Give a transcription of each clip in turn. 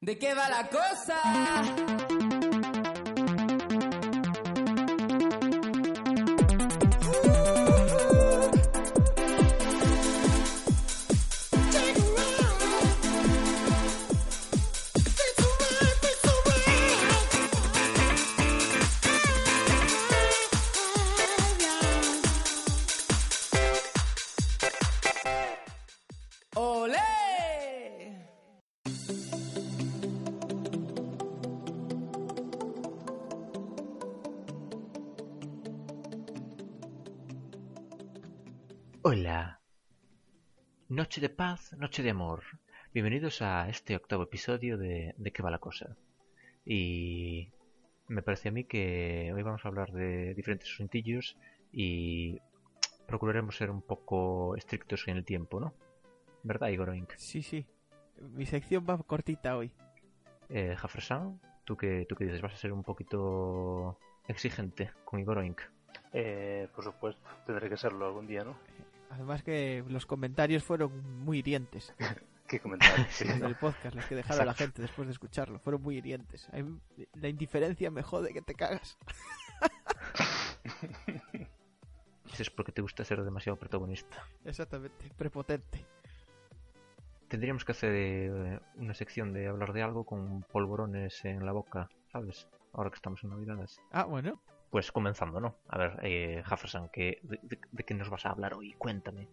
¿De qué va la cosa? Hola, noche de paz, noche de amor. Bienvenidos a este octavo episodio de ¿Qué va la cosa? Y me parece a mí que hoy vamos a hablar de diferentes asuntillos y procuraremos ser un poco estrictos en el tiempo, ¿no? ¿Verdad, Igor Oink? Sí. Mi sección va cortita hoy. Jefferson, ¿tú qué dices? ¿Vas a ser un poquito exigente con Igor Oink? Por supuesto, tendré que serlo algún día, ¿no? Además que los comentarios fueron muy hirientes. ¿Qué comentarios? Del podcast, los que dejaron la gente después de escucharlo, fueron muy hirientes. La indiferencia me jode que te cagas. Eso es porque te gusta ser demasiado protagonista. Exactamente, prepotente. Tendríamos que hacer una sección de hablar de algo con polvorones en la boca, ¿sabes? Ahora que estamos en Navidades. Ah, bueno. Pues comenzando, ¿no? A ver, Jefferson, ¿de qué nos vas a hablar hoy? Cuéntame.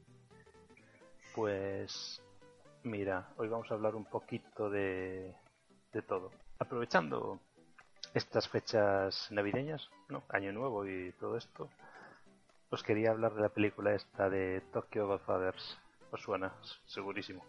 Pues mira, hoy vamos a hablar un poquito de todo. Aprovechando estas fechas navideñas, ¿no? Año Nuevo y todo esto, os quería hablar de la película esta de Tokyo Godfathers. ¿Os suena? Segurísimo.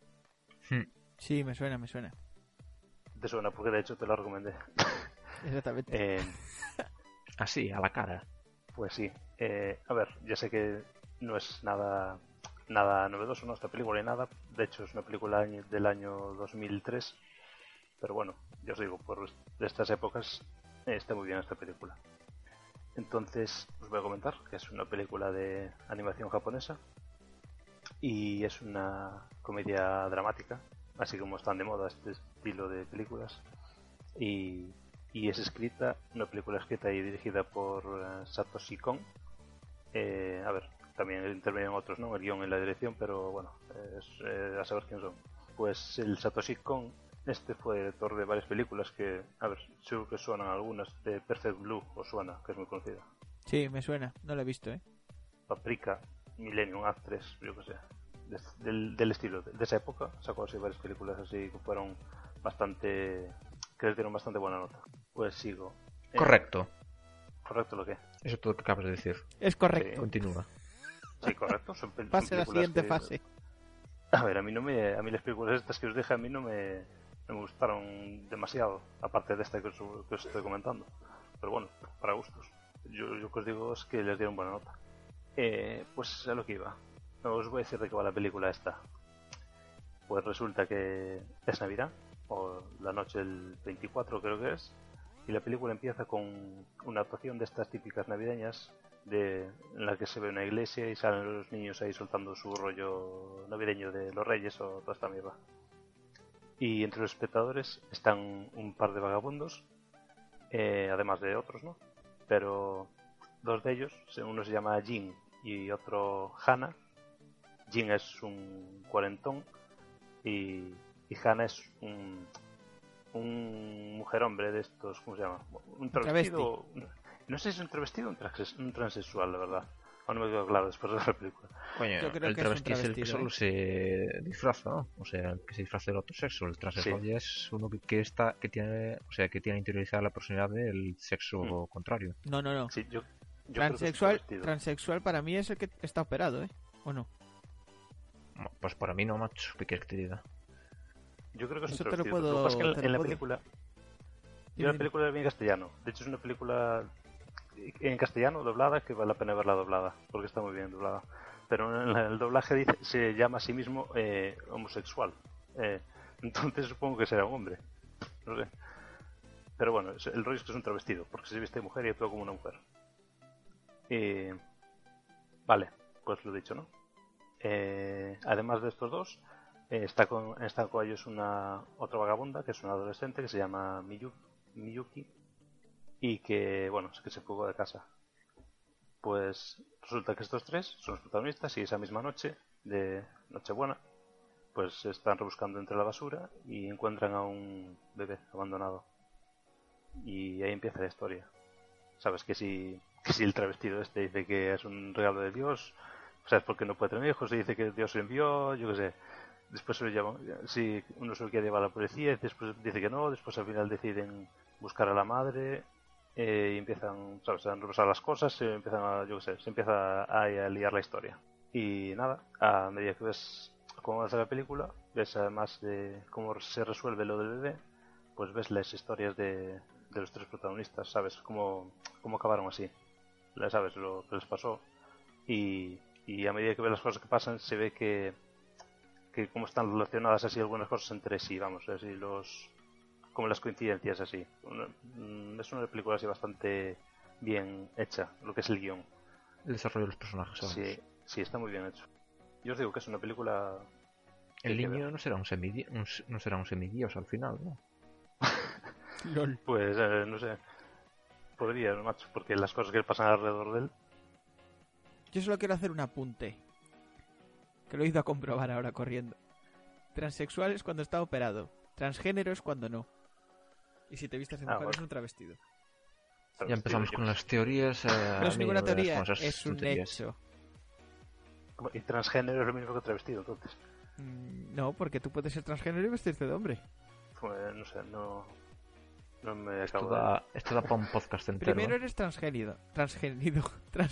Sí, me suena. Te suena porque de hecho te lo recomendé. Exactamente. Así, a la cara. Pues sí. A ver, ya sé que no es nada novedoso, ¿no? Esta película y nada. De hecho, es una película del año 2003. Pero bueno, ya os digo, por estas épocas está muy bien esta película. Entonces, os voy a comentar que es una película de animación japonesa. Y es una comedia dramática, así como están de moda este estilo de películas. Y es una película escrita y dirigida por Satoshi Kon. A ver, también intervienen otros, ¿no? El guión y la dirección, pero bueno, a saber quién son. Pues el Satoshi Kon, fue director de varias películas que, a ver, seguro que suenan algunas. De Perfect Blue os suena, que es muy conocida. Sí, me suena, no lo he visto, Paprika, Millennium Actress, yo que sé, del estilo, de esa época. Sacó así varias películas así que fueron que les dieron bastante buena nota. Pues sigo. Correcto. ¿Correcto lo que? Eso es todo lo que acabas de decir. Es correcto. Sí. Continúa. Sí, correcto. Pase a la siguiente fase. A ver, a mí las películas estas que os dije, a mí no me gustaron demasiado, aparte de esta que os estoy comentando. Pero bueno, para gustos. Yo que os digo es que les dieron buena nota. Pues a lo que iba. No os voy a decir de qué va la película esta. Pues resulta que es Navidad, o la noche del 24 creo que es, y la película empieza con una actuación de estas típicas navideñas, en la que se ve una iglesia y salen los niños ahí soltando su rollo navideño de los reyes o toda esta mierda. Y entre los espectadores están un par de vagabundos, además de otros, ¿no? Pero dos de ellos, uno se llama Jin y otro Hana. Jin es un cuarentón y Hana es un mujer-hombre de estos, ¿cómo se llama? Un travestido. No sé si es un travestido o un transexual, la verdad. Aún no me quedó claro después de ver la película. Coño, el travesti es el que solo se disfraza, ¿no? O sea, el que se disfraza del otro sexo. El transexual ya es uno que tiene interiorizada la personalidad del sexo contrario. No. Sí, yo transexual para mí es el que está operado, ¿o no? Pues para mí no, macho. ¿Qué quieres que te diga? Yo creo que es Eso un te lo travestido. puedo... Lo que pasa es que en la película... Yo la película la vi en castellano. De hecho es una película en castellano doblada que vale la pena verla doblada, porque está muy bien doblada. Pero en el doblaje se llama a sí mismo homosexual. Entonces supongo que será un hombre. No sé. Pero bueno, el rollo es que es un travestido, porque se viste de mujer y actúa como una mujer. Vale, pues lo he dicho, ¿no? Además de estos dos, está con ellos otra vagabunda, que es una adolescente, que se llama Miyuki, y que, bueno, es que se fugó de casa. Pues resulta que estos tres son los protagonistas y esa misma noche, de Nochebuena, pues están rebuscando entre la basura y encuentran a un bebé abandonado. Y ahí empieza la historia. Sabes que si el travestido este dice que es un regalo de Dios, sabes por qué no puede tener hijos, y dice que Dios lo envió, yo qué sé. Después se lo llaman, si uno se lo quiere llevar a la policía, después dice que no, después al final deciden buscar a la madre y empiezan, ¿sabes?, a repasar las cosas, se empieza a liar la historia. Y nada, a medida que ves cómo hace la película, ves además de cómo se resuelve lo del bebé, pues ves las historias de los tres protagonistas, ¿sabes? Cómo acabaron así, ¿sabes? Lo que les pasó. Y a medida que ves las cosas que pasan, se ve que cómo están relacionadas así algunas cosas entre sí, vamos, así como las coincidencias así. Es una película así bastante bien hecha, lo que es el guión. El desarrollo de los personajes, vamos. Sí, está muy bien hecho. Yo os digo que es una película... El niño no será un semidios al final, ¿no? LOL. Pues no sé. Podría, macho, porque las cosas que pasan alrededor de él... Yo solo quiero hacer un apunte, que lo he ido a comprobar ahora corriendo. Transexual es cuando está operado, transgénero es cuando no. Y si te vistes de mujer es un travestido. Ya empezamos con las teorías. No es ninguna teoría, es un hecho. Y transgénero es lo mismo que travestido, entonces. No, porque tú puedes ser transgénero y vestirte de hombre. Pues no sé, no me acabo Esto da para un podcast entero. Primero eres transgénido. Transgénido.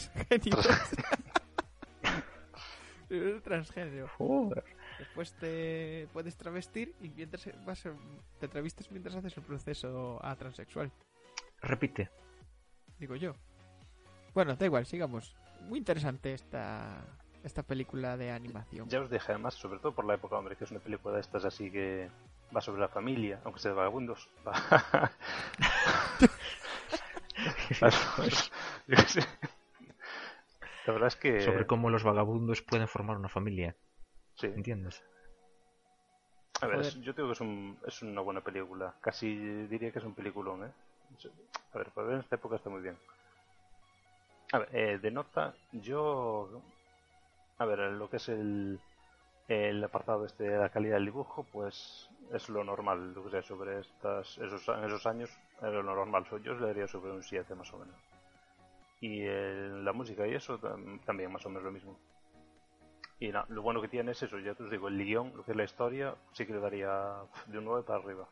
Primero eres transgénero. Joder. Después te puedes travestir y mientras te travestes mientras haces el proceso a transexual. Repite. Digo yo. Bueno, da igual, sigamos. Muy interesante esta película de animación. Ya os dije, además, sobre todo por la época, hombre, que es una película de estas así que va sobre la familia, aunque sea de vagabundos. Yo qué sé. La verdad es que... Sobre cómo los vagabundos pueden formar una familia. Sí. ¿Entiendes? A ver, yo digo que es una buena película. Casi diría que es un peliculón, ¿eh? A ver, para ver en esta época está muy bien. A ver, de nota, yo... A ver, lo que es el apartado de la calidad del dibujo, pues es lo normal, lo que sea, sobre esos años era lo normal. Yo le daría sobre un 7 más o menos. Y la música y eso también más o menos lo mismo. Y nada, lo bueno que tiene es eso, ya te os digo, el guión, lo que es la historia, sí que le daría de un 9 para arriba.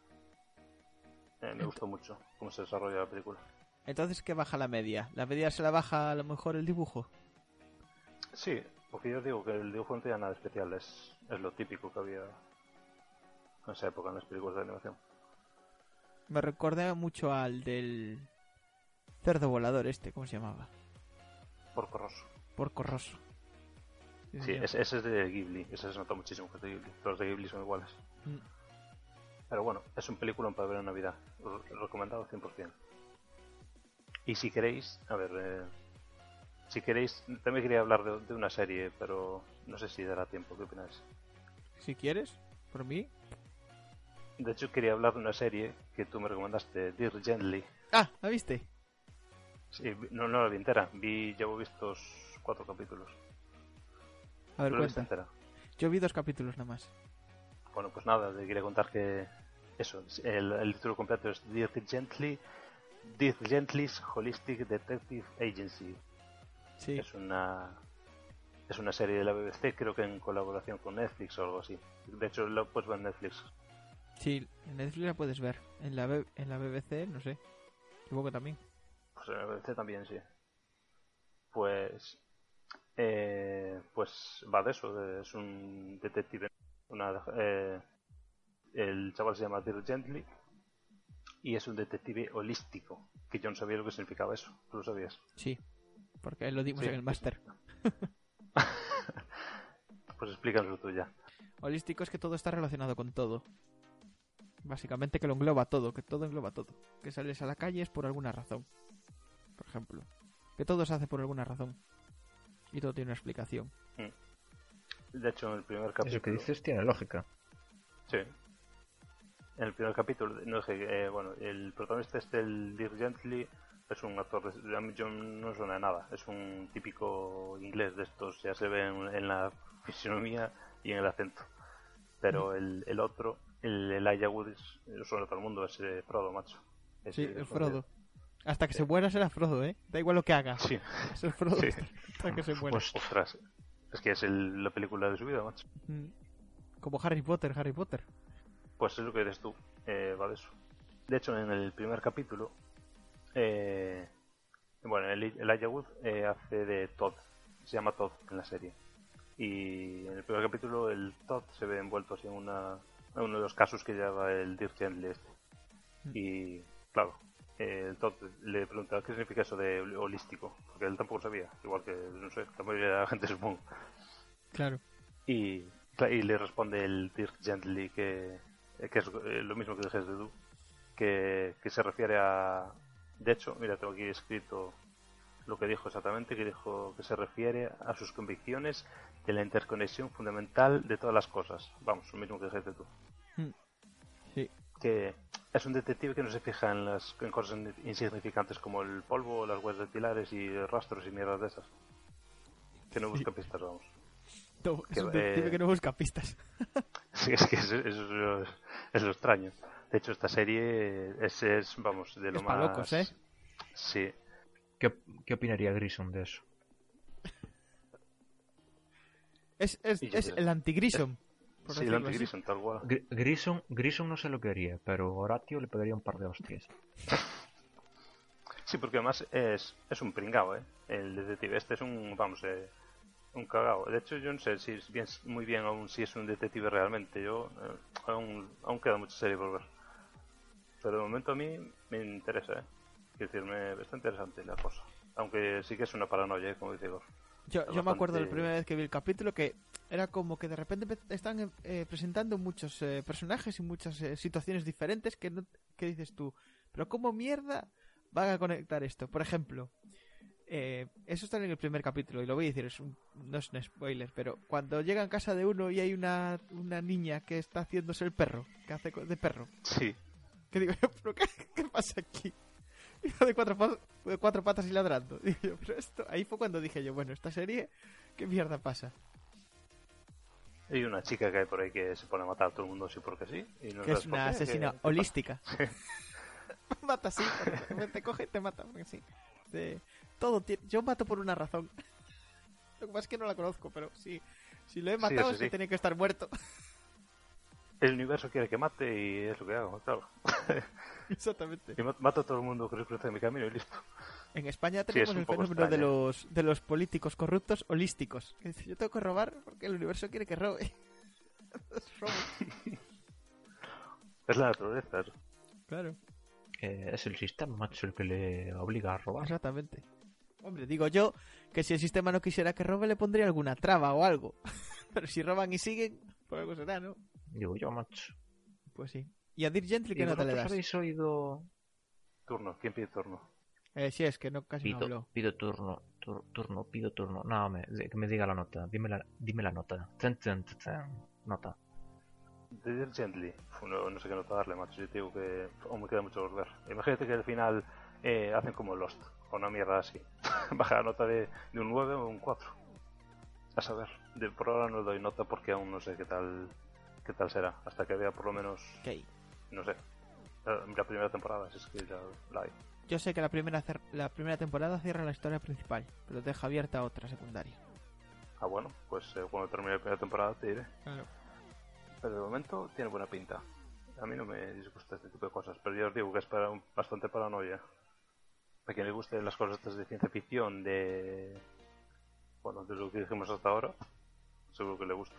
Me gustó mucho cómo se desarrolla la película. Entonces, ¿qué baja la media? ¿La media se la baja a lo mejor el dibujo? Sí, porque yo digo que el dibujo no tenía nada especial, es lo típico que había en esa época en las películas de animación. Me recuerda mucho al del cerdo volador ¿cómo se llamaba? Porco Rosso. Porco Rosso. Sí, ese es de Ghibli, ese se nota muchísimo que es de Ghibli. Todos los de Ghibli son iguales. Pero bueno, es un peliculón para ver en Navidad. Recomendado 100%. Y si queréis, a ver, si queréis, también quería hablar de una serie, pero no sé si dará tiempo. ¿Qué opináis? Si quieres, por mí. De hecho, quería hablar de una serie que tú me recomendaste, Dear Gently. Ah, ¿la viste? Sí, no la vi entera. Llevo vistos 4 capítulos. A ver, ¿Lo viste cuenta. entera? Yo vi 2 capítulos nada más. Bueno, pues nada, te quería contar que eso, el título completo es Dear Gently's Holistic Detective Agency. Sí. Es una serie de la BBC, creo que en colaboración con Netflix o algo así. De hecho, lo puedes ver en Netflix. Sí, en Netflix la puedes ver. En la BBC, no sé. Supongo que también. Pues en la BBC también, sí. Pues va de eso. Es un detective. El chaval se llama Dirk Gently y es un detective holístico. Que yo no sabía lo que significaba eso. ¿Tú lo sabías? Sí, porque lo dimos en el máster. Pues explícanoslo tú ya. Holístico es que todo está relacionado con todo. Básicamente que lo engloba todo, que todo engloba todo. Que sales a la calle es por alguna razón. Por ejemplo. Que todo se hace por alguna razón. Y todo tiene una explicación. De hecho, en el primer capítulo... Eso que dices tiene lógica. Sí. En el primer capítulo, no sé, bueno, el protagonista el Dirk Gently, es un actor, a mí yo no suena de nada, es un típico inglés de estos, ya se ve en la fisionomía y en el acento. Pero el otro, el Elijah Wood, suena a todo el mundo, es Frodo, macho. Sí, el Frodo. Hasta que se muera será Frodo, ¿eh? Da igual lo que haga. Sí. Es el Frodo Sí. hasta que se muera. Pues, Ostras, es que es la película de su vida, macho. Como Harry Potter. Pues es lo que eres tú, va de eso. De hecho, en el primer capítulo, bueno, el Elijah Wood hace de Todd, se llama Todd en la serie. Y en el primer capítulo el Todd se ve envuelto así en uno de los casos que lleva el Dirk Gently este. Y claro, el Todd le pregunta qué significa eso de holístico, porque él tampoco sabía, igual que, no sé, la mayoría de la gente supongo. Claro. Y le responde el Dirk Gently que es lo mismo que dijiste tú, que se refiere a... De hecho, mira, tengo aquí escrito lo que dijo exactamente, que dijo que se refiere a sus convicciones de la interconexión fundamental de todas las cosas. Vamos, lo mismo que dijiste tú. Sí. Que es un detective que no se fija en cosas insignificantes como el polvo, las huellas dactilares y rastros y mierdas de esas. Que no busca pistas, vamos. No, es un detective que no busca pistas. Sí, es que eso es lo extraño. De hecho, esta serie es vamos, de lo es más... para locos, ¿eh? Sí. ¿Qué opinaría Grissom de eso? Es el anti-Grissom. Sí, el anti-Grissom, tal cual. Grissom no sé lo que haría, pero Horatio le pegaría un par de hostias. Sí, porque además es un pringao, ¿eh? El detective este es un, vamos, un cagao. De hecho, yo no sé si es muy bien aún si es un detective realmente. Yo aún queda mucha serie por ver. Pero de momento a mí me interesa, ¿eh? Quiero decir, está interesante la cosa. Aunque sí que es una paranoia, como dice Igor. Yo me acuerdo de la primera vez que vi el capítulo que era como que de repente están presentando muchos personajes y muchas situaciones diferentes que dices tú, pero ¿cómo mierda van a conectar esto? Por ejemplo, eso está en el primer capítulo y lo voy a decir, no es un spoiler, pero cuando llega a casa de uno y hay una niña que está haciéndose el perro, que hace de perro. Sí. Que digo yo, ¿pero qué pasa aquí? Hijo de cuatro patas y ladrando. Digo yo, pero esto... Ahí fue cuando dije yo, bueno, esta serie, ¿qué mierda pasa? Hay una chica que hay por ahí que se pone a matar a todo el mundo así porque sí. Y no que es una asesina holística. Mata así, te coge y te mata. Sí. Yo mato por una razón. Lo que pasa es que no la conozco, pero sí. Si lo he matado es que tiene que estar muerto. El universo quiere que mate y es lo que hago, claro. Exactamente. Y mato a todo el mundo que se cruza en mi camino y listo. En España tenemos el fenómeno de los políticos corruptos holísticos. Que dice, yo tengo que robar porque el universo quiere que robe. Es la naturaleza. Claro. Es el sistema, macho, el que le obliga a robar. Exactamente. Hombre, digo yo que si el sistema no quisiera que robe le pondría alguna traba o algo. Pero si roban y siguen, por algo será, ¿no? Digo yo, macho. Pues sí. ¿Y a Dirk Gently qué nota le das? ¿Habéis oído...? Turno, ¿quién pide turno? Sí, es que casi no habló. Pido turno. Pido turno. No, que me diga la nota. Dime la nota. Nota. De Dirk Gently. No sé qué nota darle, macho. Yo te digo que aún me queda mucho por ver. Imagínate que al final hacen como Lost. O una mierda así. Baja la nota de un 9 o un 4. A saber. Por ahora no doy nota porque aún no sé qué tal será. Hasta que vea por lo menos... Okay. No sé. La primera temporada, si es que ya la hay. Yo sé que la primera temporada cierra la historia principal, pero deja abierta otra secundaria. Ah, bueno, pues cuando termine la primera temporada te diré. Claro. Pero de momento tiene buena pinta. A mí no me disgusta este tipo de cosas, pero ya os digo que es bastante paranoia. A quien le gusten las cosas de ciencia ficción, de lo que dijimos hasta ahora, seguro que le gusta.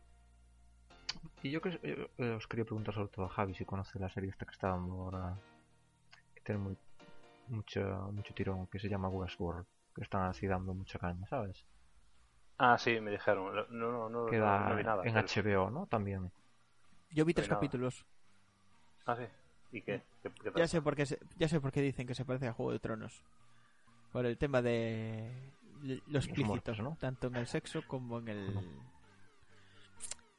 Y yo os quería preguntar sobre todo a Javi si conoce la serie esta que está dando ahora, que tiene mucho tirón, que se llama Westworld, que están así dando mucha caña, ¿sabes? Ah, sí, me dijeron. No vi nada. En HBO, ¿no? También. Yo vi 3 capítulos. Ah, sí. ¿Y qué? ¿Qué ya sé por qué dicen que se parece a Juego de Tronos. Por el tema de lo explícito, muertos, ¿no? Tanto en el sexo como en el...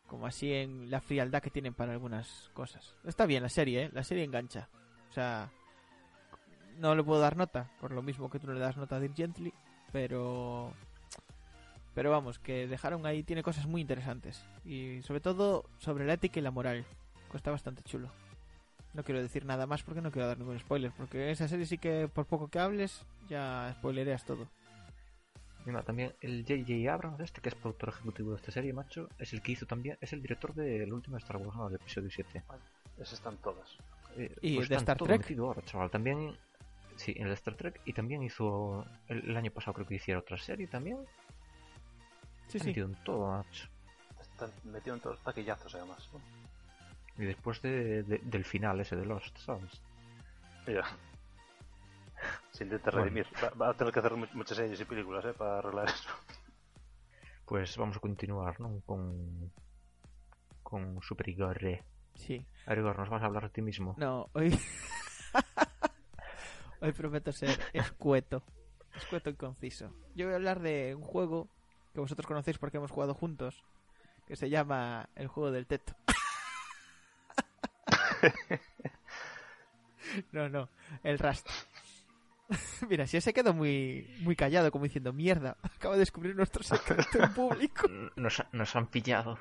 como así en la frialdad que tienen para algunas cosas. Está bien la serie, la serie engancha. O sea, no le puedo dar nota, por lo mismo que tú no le das nota a Dirk Gently, pero vamos, que dejaron ahí, tiene cosas muy interesantes. Y sobre todo sobre la ética y la moral, que está bastante chulo. No quiero decir nada más porque no quiero dar ningún spoiler, porque esa serie sí que por poco que hables ya spoilereas todo. Y no, también el J.J. Abrams, que es productor ejecutivo de esta serie, macho, es el que hizo también, es el director del último Star Wars, no, del episodio 7. Esas están todas. Y pues de están Star todo Trek. metido ahora, chaval. También, sí, en el Star Trek, y también hizo, el año pasado creo que hiciera otra serie también. Sí, Está sí. metido en todo, macho. Están metidos en todos los taquillazos, además, ¿no? Y después del final ese de Lost, ¿sabes? Ya. Se intenta Bueno. redimir. Va a tener que hacer muchas series y películas, para arreglar eso. Pues vamos a continuar, ¿no? Con Super Igor. Sí. A ver, Igor, ¿nos vas a hablar de ti mismo? No, hoy... hoy prometo ser escueto y conciso. Yo voy a hablar de un juego que vosotros conocéis porque hemos jugado juntos, que se llama el juego del teto. No, el Rust. Mira, si ese quedó muy callado, como diciendo, mierda, acabo de descubrir nuestro secreto en público. Nos han pillado.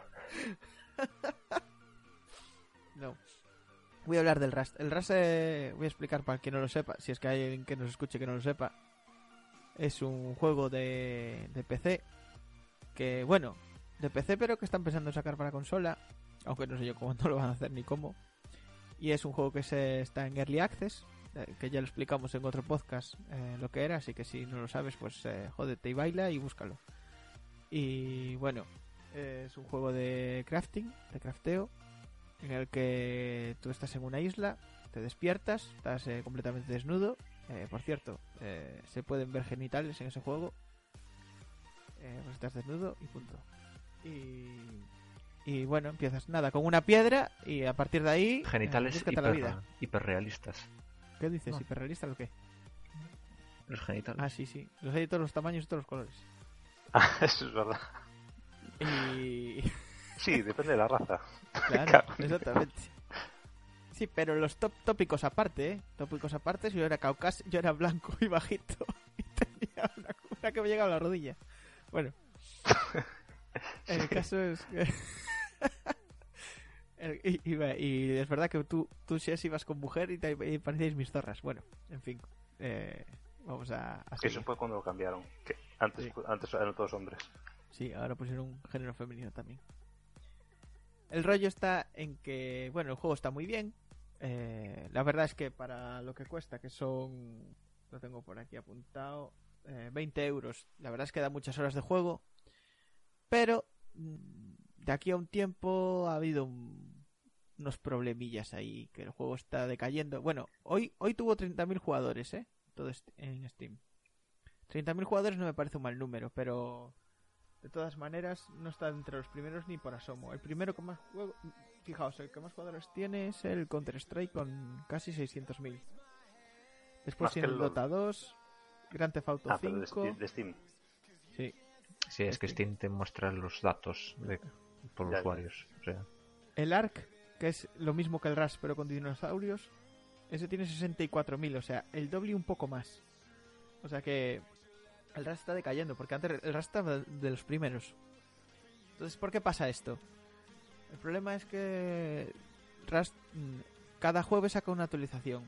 No. Voy a hablar del Rust. El Rust, voy a explicar para quien no lo sepa, si es que hay alguien que nos escuche que no lo sepa. Es un juego de PC que, bueno, de PC, pero que están pensando en sacar para consola, aunque no sé yo cómo no lo van a hacer ni cómo. Y es un juego que está en Early Access, que ya lo explicamos en otro podcast lo que era, así que si no lo sabes, pues jódete y baila y búscalo. Y bueno, es un juego de crafting, de crafteo, en el que tú estás en una isla, te despiertas, estás completamente desnudo. Por cierto, se pueden ver genitales en ese juego. Pues estás desnudo y punto. Y bueno, empiezas nada con una piedra y a partir de ahí Genitales la vida. hiperrealistas. ¿Qué dices? No. ¿Hiperrealista o qué? Los genitales. Ah, sí. Los hay de todos los tamaños y todos los colores. Eso es verdad. Y... Sí, depende de la raza. Claro, exactamente. Sí, pero los tópicos aparte, Tópicos aparte, yo era caucásico, yo era blanco y bajito y tenía una que me llegaba a la rodilla. Bueno, el caso es que... y es verdad que tú Shes, ibas con mujer y parecíais mis zorras. Bueno, en fin, vamos a seguir. Eso fue cuando lo cambiaron. Que antes eran todos hombres. Sí, ahora pusieron un género femenino también. El rollo está en que, bueno, el juego está muy bien. La verdad es que para lo que cuesta, que son, lo tengo por aquí apuntado, 20 euros, la verdad es que da muchas horas de juego. Pero de aquí a un tiempo ha habido unos problemillas ahí, que el juego está decayendo. Bueno, hoy tuvo 30.000 jugadores, todo en Steam. 30.000 jugadores no me parece un mal número, pero de todas maneras no está entre los primeros ni por asomo. El primero con más juego, fijaos, el que más jugadores tiene es el Counter-Strike con casi 600.000. Después tiene el Dota 2, Grand Theft Auto 5. De Steam. Sí. Sí, es que Steam te muestra los datos por Ya. usuarios. O sea, El Ark, que es lo mismo que el Rust pero con dinosaurios, ese tiene 64.000, o sea, el doble y un poco más. O sea que el Rust está decayendo, porque antes el Rust estaba de los primeros. Entonces, ¿por qué pasa esto? El problema es que Rust cada jueves saca una actualización.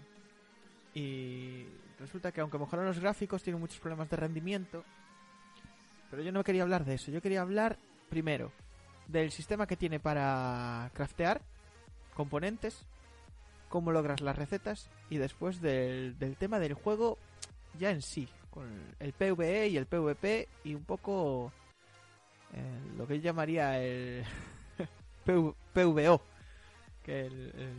Y resulta que aunque mejoran los gráficos, tiene muchos problemas de rendimiento. Pero yo no quería hablar de eso. Yo quería hablar primero del sistema que tiene para craftear componentes, cómo logras las recetas, y después del tema del juego ya en sí, con el PvE y el PvP y un poco lo que yo llamaría el PvO, que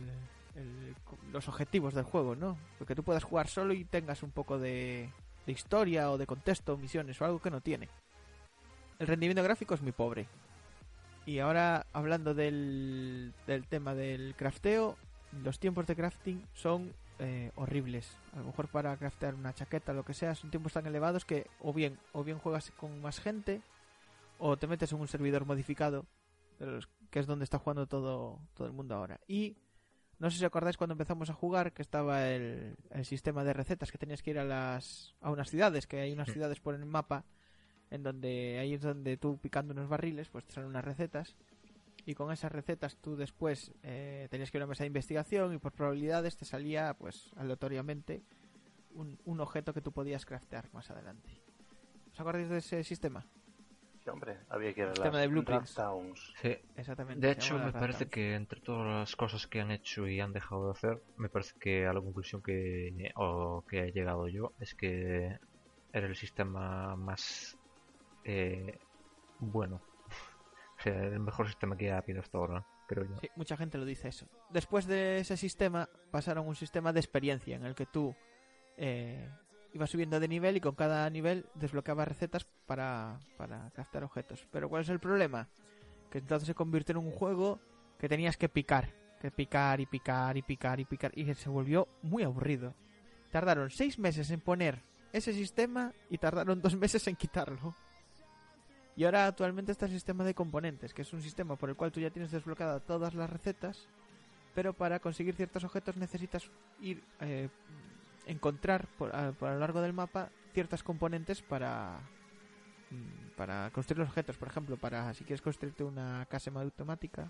los objetivos del juego, ¿no? Porque tú puedas jugar solo y tengas un poco de historia o de contexto, misiones o algo que no tiene. El rendimiento gráfico es muy pobre. Y ahora, hablando del tema del crafteo, los tiempos de crafting son horribles. A lo mejor para craftear una chaqueta o lo que sea, son tiempos tan elevados que o bien juegas con más gente, o te metes en un servidor modificado, de los que es donde está jugando todo el mundo ahora. Y no sé si acordáis cuando empezamos a jugar que estaba el sistema de recetas, que tenías que ir a unas ciudades, que hay unas ciudades por el mapa, en donde ahí es donde tú picando unos barriles, pues te salen unas recetas, y con esas recetas tú después tenías que ir a una mesa de investigación y por probabilidades te salía, pues aleatoriamente, un objeto que tú podías craftear más adelante. ¿Os acordáis de ese sistema? Sí, hombre, había que ir a Sistema de blueprints. Towns. Sí. Exactamente. De hecho, me Rat parece Towns. que entre todas las cosas que han hecho y han dejado de hacer, me parece que a la conclusión que he llegado yo es que era el sistema más bueno. O sea, el mejor sistema que ha habido hasta ahora, creo yo. Sí, mucha gente lo dice eso. Después de ese sistema pasaron a un sistema de experiencia en el que tú ibas subiendo de nivel y con cada nivel desbloqueabas recetas para craftar objetos. Pero ¿cuál es el problema? Que entonces se convirtió en un juego que tenías que picar y picar y se volvió muy aburrido. Tardaron 6 meses en poner ese sistema y tardaron 2 meses en quitarlo. Y ahora actualmente está el sistema de componentes, que es un sistema por el cual tú ya tienes desbloqueadas todas las recetas, pero para conseguir ciertos objetos necesitas ir encontrar por a lo largo del mapa ciertas componentes para construir los objetos. Por ejemplo, para si quieres construirte una casa semiautomática,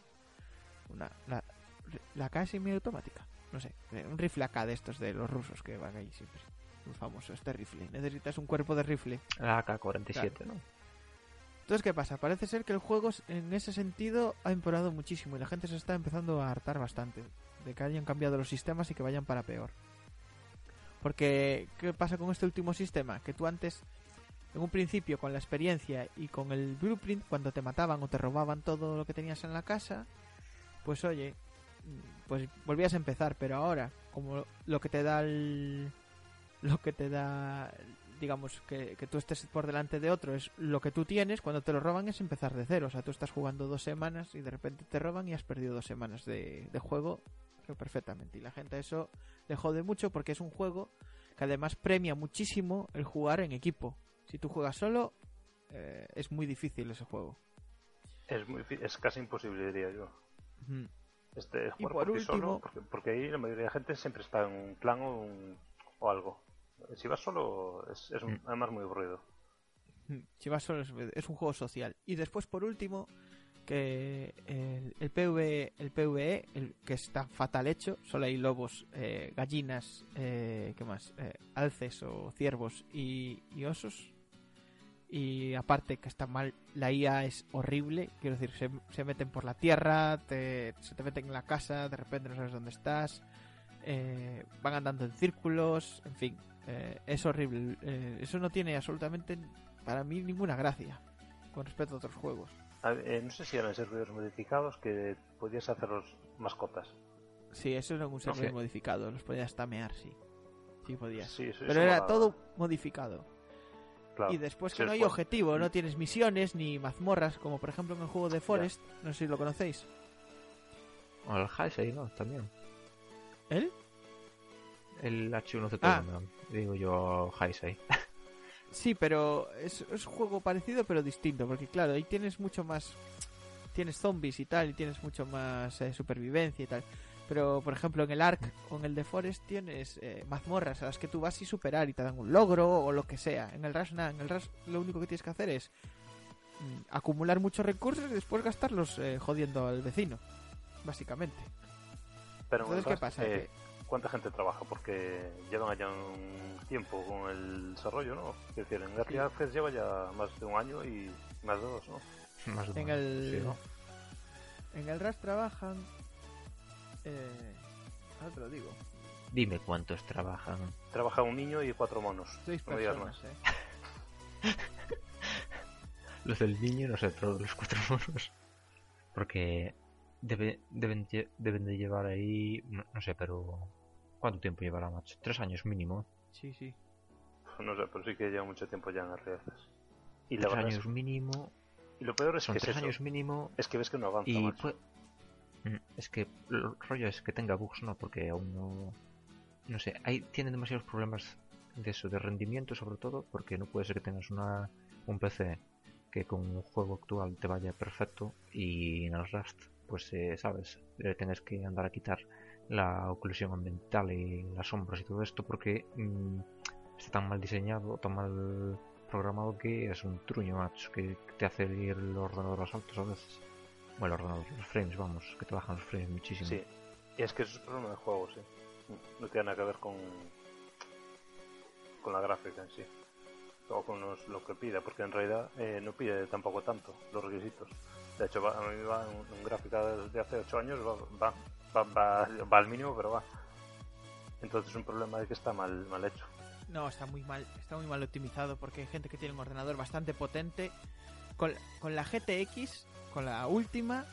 la casa semiautomática, no sé, un rifle AK de estos de los rusos que van ahí siempre, muy famoso este rifle. Necesitas un cuerpo de rifle. La AK-47, Claro. ¿no? Entonces, ¿qué pasa? Parece ser que el juego en ese sentido ha empeorado muchísimo y la gente se está empezando a hartar bastante de que hayan cambiado los sistemas y que vayan para peor. Porque, ¿qué pasa con este último sistema? Que tú antes, en un principio, con la experiencia y con el blueprint, cuando te mataban o te robaban todo lo que tenías en la casa, pues oye, pues volvías a empezar. Pero ahora, como lo que te da digamos, que tú estés por delante de otro es lo que tú tienes, cuando te lo roban es empezar de cero. O sea, tú estás jugando 2 semanas y de repente te roban y has perdido 2 semanas de juego, pero perfectamente. Y la gente eso le jode mucho porque es un juego que además premia muchísimo el jugar en equipo. Si tú juegas solo, es muy difícil ese juego. Es casi imposible, diría yo. Ujú. Jugar Y por por ti último, solo, porque ahí la mayoría de gente siempre está en un clan o algo. Si vas solo, es además muy aburrido. si vas solo es un juego social. Y después, por último, que el PvE, que está fatal hecho, solo hay lobos, gallinas, ¿qué más? Alces o ciervos y osos. Y aparte que está mal, la IA es horrible, quiero decir, se meten por la tierra, se te meten en la casa, de repente no sabes dónde estás, van andando en círculos, en fin, es horrible. Eso no tiene absolutamente, para mí, ninguna gracia con respecto a otros juegos. No sé si eran servidores modificados que podías hacer los mascotas. Sí, eso era un servidor Sí. modificado, los podías tamear, sí. Sí podías. Sí, eso Pero era molaba. todo modificado. Claro. Y después Sí, que no hay después- objetivo, no tienes misiones ni mazmorras, como por ejemplo en el juego de Forest, no sé si lo conocéis. O el Heisei, ¿no? También. ¿Él? El H1Z1, Ah. digo yo, Heisei. Sí, pero es un juego parecido pero distinto, porque claro, ahí tienes mucho más... Tienes zombies y tal, y tienes mucho más supervivencia y tal. Pero, por ejemplo, en el Ark o en el de Forest tienes mazmorras a las que tú vas y superar y te dan un logro o lo que sea. En el Rush, nada, en el Rush lo único que tienes que hacer es acumular muchos recursos y después gastarlos jodiendo al vecino, básicamente. Pero en el Entonces, ¿qué Rust, pasa? Que ¿cuánta gente trabaja? Porque llevan allá un tiempo con el desarrollo, ¿no? Es decir, en Early Access lleva ya más de un año y más de 2, ¿no? Más de en uno, el... sí, ¿no? En el Rush trabajan... ahora te lo digo. Dime cuántos trabajan. Trabaja un niño y 4 monos. 6 No me digas personas, más. Los del niño, no sé, todos los 4 monos. Porque deben de llevar ahí, no sé, pero... ¿Cuánto tiempo llevará, macho? 3 años mínimo. Sí, sí. No sé, pero sí que lleva mucho tiempo ya en Early Access. Y la 3 verdad años mínimo. y lo peor es Son que es 3 eso. años mínimo. Es que ves que no avanza, Y macho. es que el rollo es que tenga bugs, ¿no? Porque aún no... No sé, ahí tienen demasiados problemas de eso, de rendimiento sobre todo, porque no puede ser que tengas un PC que con un juego actual te vaya perfecto y en el Rust, pues sabes, tienes que andar a quitar la oclusión ambiental y las sombras y todo esto porque está tan mal diseñado, tan mal programado que es un truño, macho, que te hace ir el ordenador a los altos a veces. Bueno, el ordenador, los frames, vamos, que te bajan los frames muchísimo. Sí, y es que eso es problema del juego, sí. No tiene nada que ver con la gráfica en sí. O con lo que pide, porque en realidad no pide tampoco tanto los requisitos. De hecho, a mí va en gráfica de hace 8 años, va al mínimo, pero va. Entonces es un problema de que está mal hecho. No, está muy mal optimizado porque hay gente que tiene un ordenador bastante potente. Con la GTX, con la última,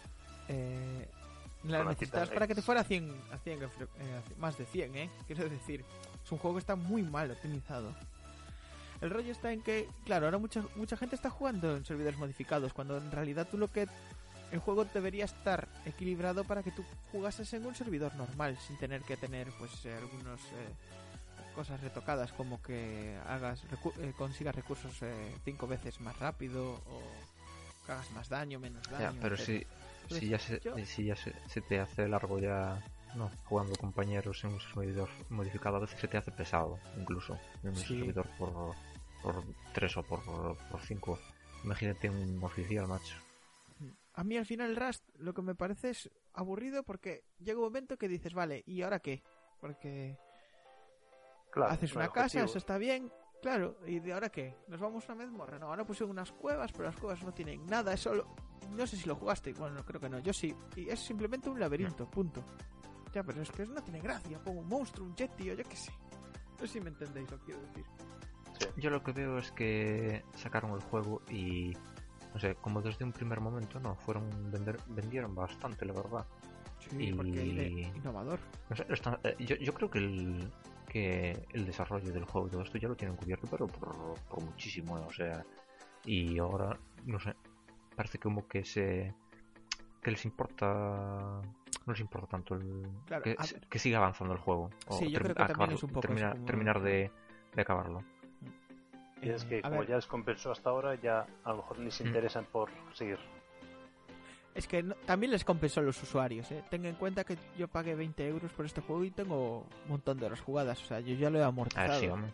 la necesitas para que te fuera a 100 más de 100, quiero decir, es un juego que está muy mal optimizado. El rollo está en que, claro, ahora mucha gente está jugando en servidores modificados, cuando en realidad el juego debería estar equilibrado para que tú jugases en un servidor normal, sin tener que tener pues algunas cosas retocadas, como que consigas recursos 5 veces más rápido, o que hagas más daño, menos daño. Ya, pero si ya se te hace largo ya, no, jugando compañeros en un servidor modificado, a veces se te hace pesado, incluso en un servidor por 3 o por 5. Imagínate un oficial, macho. A mí al final el Rust lo que me parece es aburrido porque llega un momento que dices, vale, ¿y ahora qué? Porque claro, haces una casa, eso está bien, claro, ¿y de ahora qué? ¿Nos vamos a una mazmorra? No, ahora pusieron unas cuevas, pero las cuevas no tienen nada, es solo... No sé si lo jugaste, bueno, creo que no, yo sí, y es simplemente un laberinto, punto. Ya, pero es que no tiene gracia, pongo un monstruo, un yeti o yo qué sé. No sé si me entendéis lo que quiero decir. Sí. Yo lo que veo es que sacaron el juego y... No sé, como desde un primer momento, no, vendieron bastante, la verdad. Sí, porque innovador. No sé, yo creo que el desarrollo del juego y todo esto ya lo tienen cubierto, pero por muchísimo, o sea, y ahora, no sé, parece como que les importa, no les importa tanto claro, que siga avanzando el juego. Sí, yo creo que también es un poco terminar de acabarlo. Y es que como ya les compensó hasta ahora, ya a lo mejor ni se interesan por seguir. Es que también les compensó a los usuarios, ¿eh? Tenga en cuenta que yo pagué 20 euros por este juego y tengo un montón de horas jugadas, o sea, yo ya lo he amortizado. A ver, sí, hombre.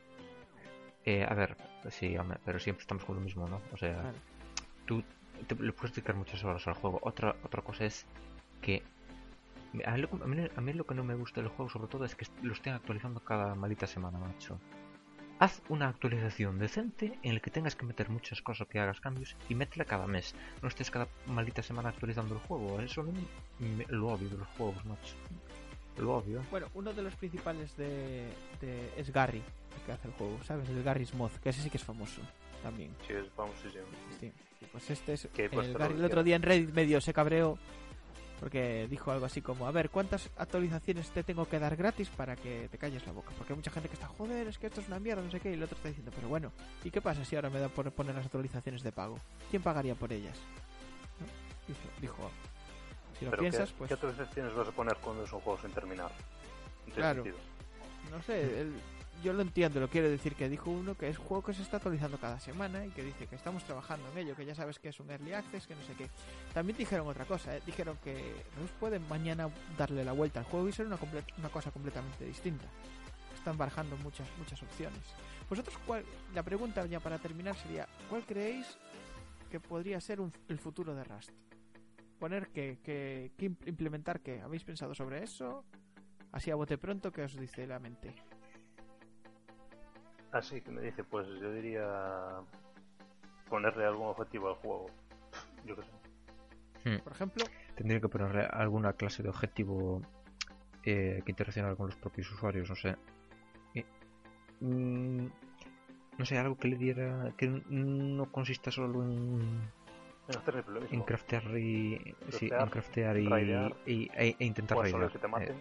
Sí, hombre, pero siempre estamos con lo mismo, ¿no? O sea, claro. Tú le puedes dedicar muchas horas al juego. Otra cosa es que a mí lo que no me gusta del juego sobre todo es que lo estén actualizando cada maldita semana, macho. Haz una actualización decente en la que tengas que meter muchas cosas, que hagas cambios, y métela cada mes. No estés cada maldita semana actualizando el juego. Eso lo odio de los juegos, macho. Lo odio. Bueno, uno de los principales es Garry, el que hace el juego, ¿sabes? El Garry's Mod, que ese sí que es famoso también. Sí, es famosísimo. Sí. Pues este es el Garry. El otro día en Reddit medio se cabreó porque dijo algo así como, a ver, ¿cuántas actualizaciones te tengo que dar gratis para que te calles la boca? Porque hay mucha gente que está, joder, es que esto es una mierda, no sé qué, y el otro está diciendo, pero bueno, ¿y qué pasa si ahora me da por poner las actualizaciones de pago? ¿Quién pagaría por ellas? ¿No? Dijo, si lo piensas, pues... ¿Qué actualizaciones vas a poner cuando es un juego sin terminar? Claro, sentido. No sé, yo lo entiendo, lo quiero decir, que dijo uno que es un juego que se está actualizando cada semana y que dice que estamos trabajando en ello, que ya sabes que es un early access, que no sé qué. También dijeron otra cosa, dijeron que Rus pueden mañana darle la vuelta al juego y ser una cosa completamente distinta. Están barajando muchas opciones. Vosotros, la pregunta ya para terminar sería, ¿cuál creéis que podría ser el futuro de Rust? Poner que implementar qué. ¿Habéis pensado sobre eso? Así a bote pronto, ¿qué os dice la mente? Así que me dice, pues yo diría ponerle algún objetivo al juego. Yo qué sé. Por ejemplo, tendría que ponerle alguna clase de objetivo que interaccionara con los propios usuarios, no sé. No sé, algo que le diera, que no consista solo en craftear e intentar raidear. Que te maten.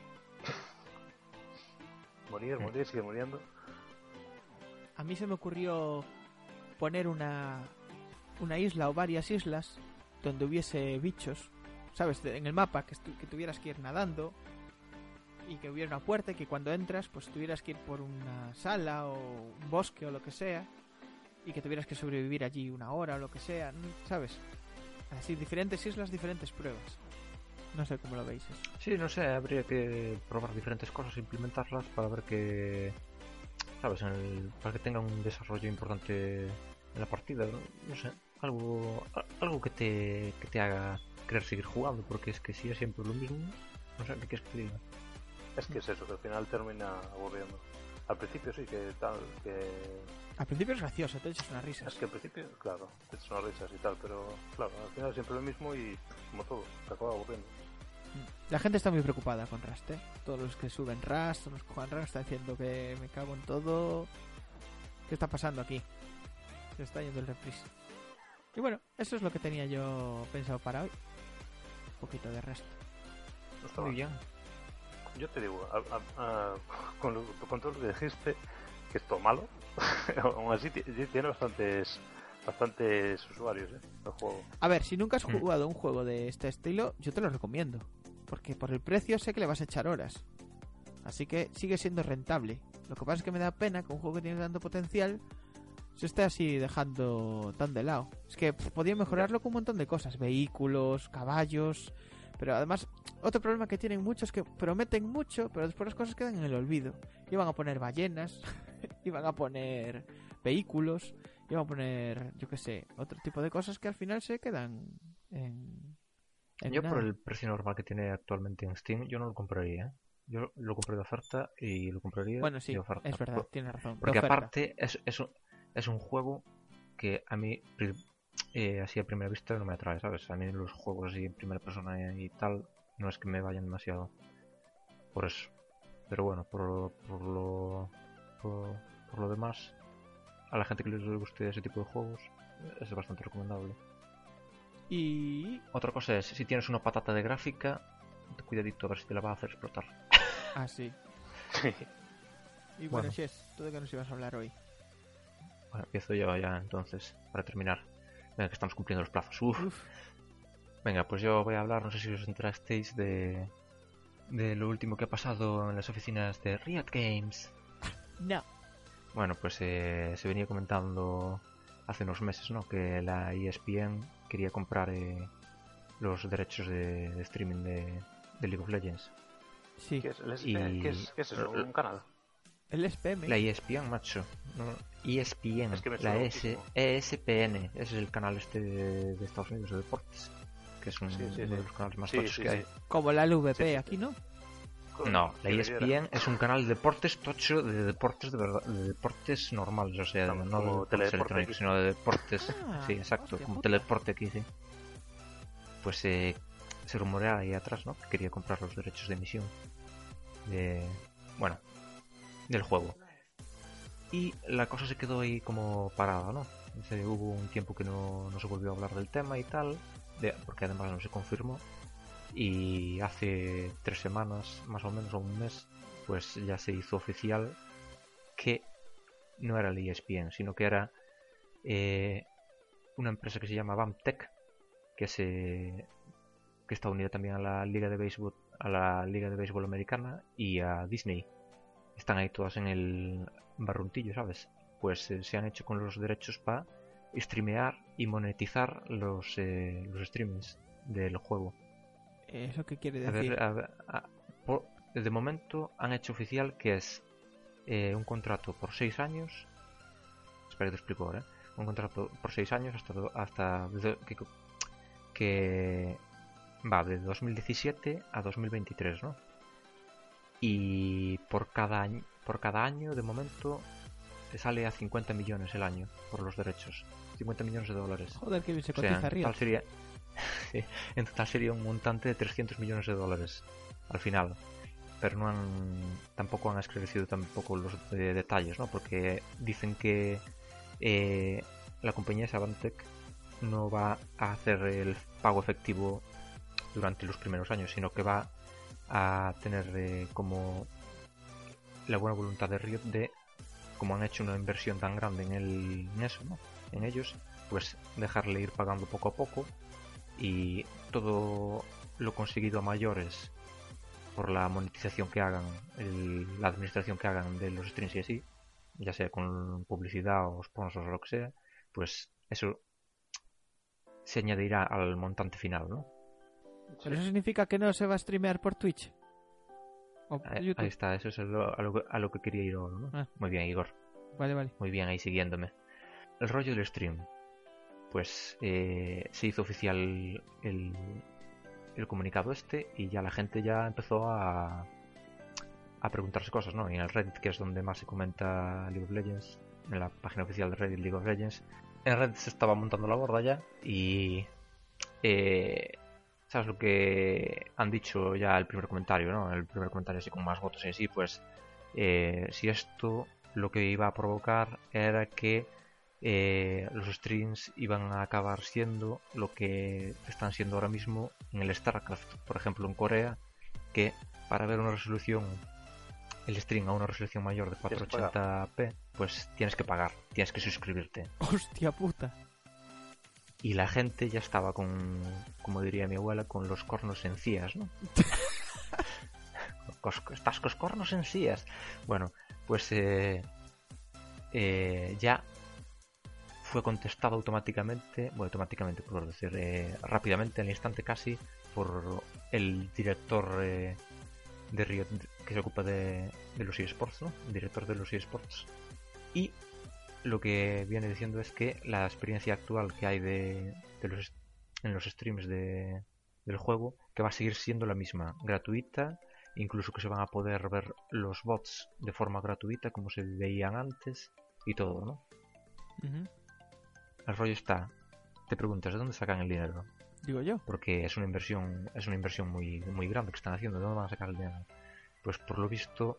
Morir, sigue muriendo. A mí se me ocurrió poner una isla o varias islas donde hubiese bichos, ¿sabes? En el mapa, que tuvieras que ir nadando y que hubiera una puerta y que cuando entras pues tuvieras que ir por una sala o un bosque o lo que sea y que tuvieras que sobrevivir allí 1 hora o lo que sea, ¿sabes? Así, diferentes islas, diferentes pruebas. No sé cómo lo veis eso. Sí, no sé, habría que probar diferentes cosas, implementarlas para ver que, ¿sabes? Para que tenga un desarrollo importante en la partida, no sé, algo que te haga querer seguir jugando, porque es que si es siempre lo mismo, no sé, ¿qué quieres que te diga? Es que es eso, que al final termina aburriendo. Al principio sí, que tal, que... Al principio es gracioso, te echas unas risas. Es que al principio, claro, te echas unas risas y tal, pero claro, al final es siempre lo mismo y como todo, te acaba aburriendo. La gente está muy preocupada con Rust, ¿eh? Todos los que suben Rust, todos los que juegan Rust están diciendo que me cago en todo. ¿Qué está pasando aquí? Se está yendo el reprise. Y bueno, eso es lo que tenía yo pensado para hoy. Un poquito de Rust. No está Muy mal. bien. Yo te digo, con todo lo que dijiste, que es todo malo, aún así tiene bastantes usuarios, el juego. A ver, si nunca has jugado un juego de este estilo, yo te lo recomiendo. Porque por el precio sé que le vas a echar horas. Así que sigue siendo rentable. Lo que pasa es que me da pena que un juego que tiene tanto potencial se esté así dejando tan de lado. Es que podía mejorarlo con un montón de cosas. Vehículos, caballos. Pero además, otro problema que tienen muchos es que prometen mucho, pero después las cosas quedan en el olvido. Iban a poner ballenas, iban a poner vehículos, iban a poner, yo qué sé, otro tipo de cosas que al final se quedan en Yo nada. por el precio normal que tiene actualmente en Steam, yo no lo compraría, ¿eh? Yo lo compré de oferta y lo compraría Bueno, sí, de oferta. es verdad, tienes razón. de Porque oferta. aparte es un juego que a mí así a primera vista no me atrae, ¿sabes? A mí los juegos así en primera persona y tal no es que me vayan demasiado. Por eso. Pero bueno, por lo demás, a la gente que les guste ese tipo de juegos es bastante recomendable. Y... Otra cosa es, si tienes una patata de gráfica, cuidadito a ver si te la va a hacer explotar. Ah, sí. Sí. Y bueno, Bueno. Shes, ¿tú de qué nos ibas a hablar hoy? Bueno, empiezo yo ya entonces, para terminar. Venga, que estamos cumpliendo los plazos. Uf. Venga, pues yo voy a hablar, no sé si os enterasteis de lo último que ha pasado en las oficinas de Riot Games. No. Bueno, pues se venía comentando hace unos meses, ¿no? Que la ESPN quería comprar los derechos de streaming de League of Legends. Sí. ¿Qué es el SPN? ¿Qué es eso? ¿Un canal? El SPM. La ESPN, macho. No, ESPN, Es que me la suena muchísimo. ESPN. Ese es el canal de Estados Unidos de deportes. Que es uno de los canales más tochos que hay. Como la LVP Sí, sí. aquí, ¿no? No, la Que ESPN es un canal de deportes tocho, de deportes de verdad, de deportes normales, o sea, Como no de deportes Teledeporte electrónicos, aquí. sino de deportes. Ah, Sí, exacto, hostia como puta. teledeporte aquí, sí. Pues se rumorea ahí atrás, ¿no? Que quería comprar los derechos de emisión bueno, del juego. Y la cosa se quedó ahí como parada, ¿no? Hubo un tiempo que no se volvió a hablar del tema y tal, porque además no se confirmó. Y hace 3 semanas, más o menos, o un mes, pues ya se hizo oficial que no era el ESPN, sino que era una empresa que se llama BAMTech, que está unida también a la Liga de Béisbol Americana y a Disney. Están ahí todas en el barruntillo, ¿sabes? Pues se han hecho con los derechos para streamear y monetizar los streamings del juego. ¿Eso qué quiere A decir? ver, de momento han hecho oficial que es un contrato por 6 años. Espera que te explico ahora. Un contrato por 6 años hasta que va de 2017 a 2023, ¿no? Y por cada año, de momento, te sale a 50 millones el año por los derechos. 50 millones de dólares. Joder, que bien se O sea, cotiza Riot. en total sería un montante de 300 millones de dólares al final. Pero tampoco han esclarecido tampoco los detalles, ¿no? Porque dicen que la compañía Savantec no va a hacer el pago efectivo durante los primeros años, sino que va a tener como la buena voluntad de Riot de, como han hecho una inversión tan grande en eso, ¿no? En ellos, pues dejarle ir pagando poco a poco, y todo lo conseguido a mayores por la monetización que hagan, la administración que hagan de los streams y así, ya sea con publicidad o sponsors o lo que sea, pues eso se añadirá al montante final, ¿no? ¿Pero eso significa que no se va a streamear por Twitch? ¿O por Ahí YouTube? está, eso es a lo que quería ir ahora, ¿no? Ah. Muy bien, Igor. Vale. Muy bien, ahí siguiéndome. El rollo del stream. Pues se hizo oficial el comunicado este y ya la gente ya empezó a preguntarse cosas, ¿no? Y en el Reddit, que es donde más se comenta League of Legends, en la página oficial de Reddit League of Legends, en Reddit se estaba montando la borda ya y... ¿sabes lo que han dicho ya el primer comentario, ¿no? El primer comentario así con más votos y así, pues si esto lo que iba a provocar era que los streams iban a acabar siendo lo que están siendo ahora mismo en el StarCraft, por ejemplo en Corea, que para ver una resolución, el stream a una resolución mayor de 480p, pues tienes que pagar, tienes que suscribirte. ¡Hostia puta! Y la gente ya estaba con, como diría mi abuela, con los cornos encías, ¿no? Estás con los cornos encías. Bueno, pues ya fue contestado automáticamente, por decir, rápidamente, al instante casi, por el director de Riot que se ocupa de los eSports, ¿no? El director de los eSports. Y lo que viene diciendo es que la experiencia actual que hay en los streams del juego, que va a seguir siendo la misma, gratuita, incluso que se van a poder ver los bots de forma gratuita como se veían antes y todo, ¿no? Uh-huh. El rollo está, te preguntas, ¿de dónde sacan el dinero? Digo yo. Porque es una inversión muy, muy grande que están haciendo. ¿De dónde van a sacar el dinero? Pues por lo visto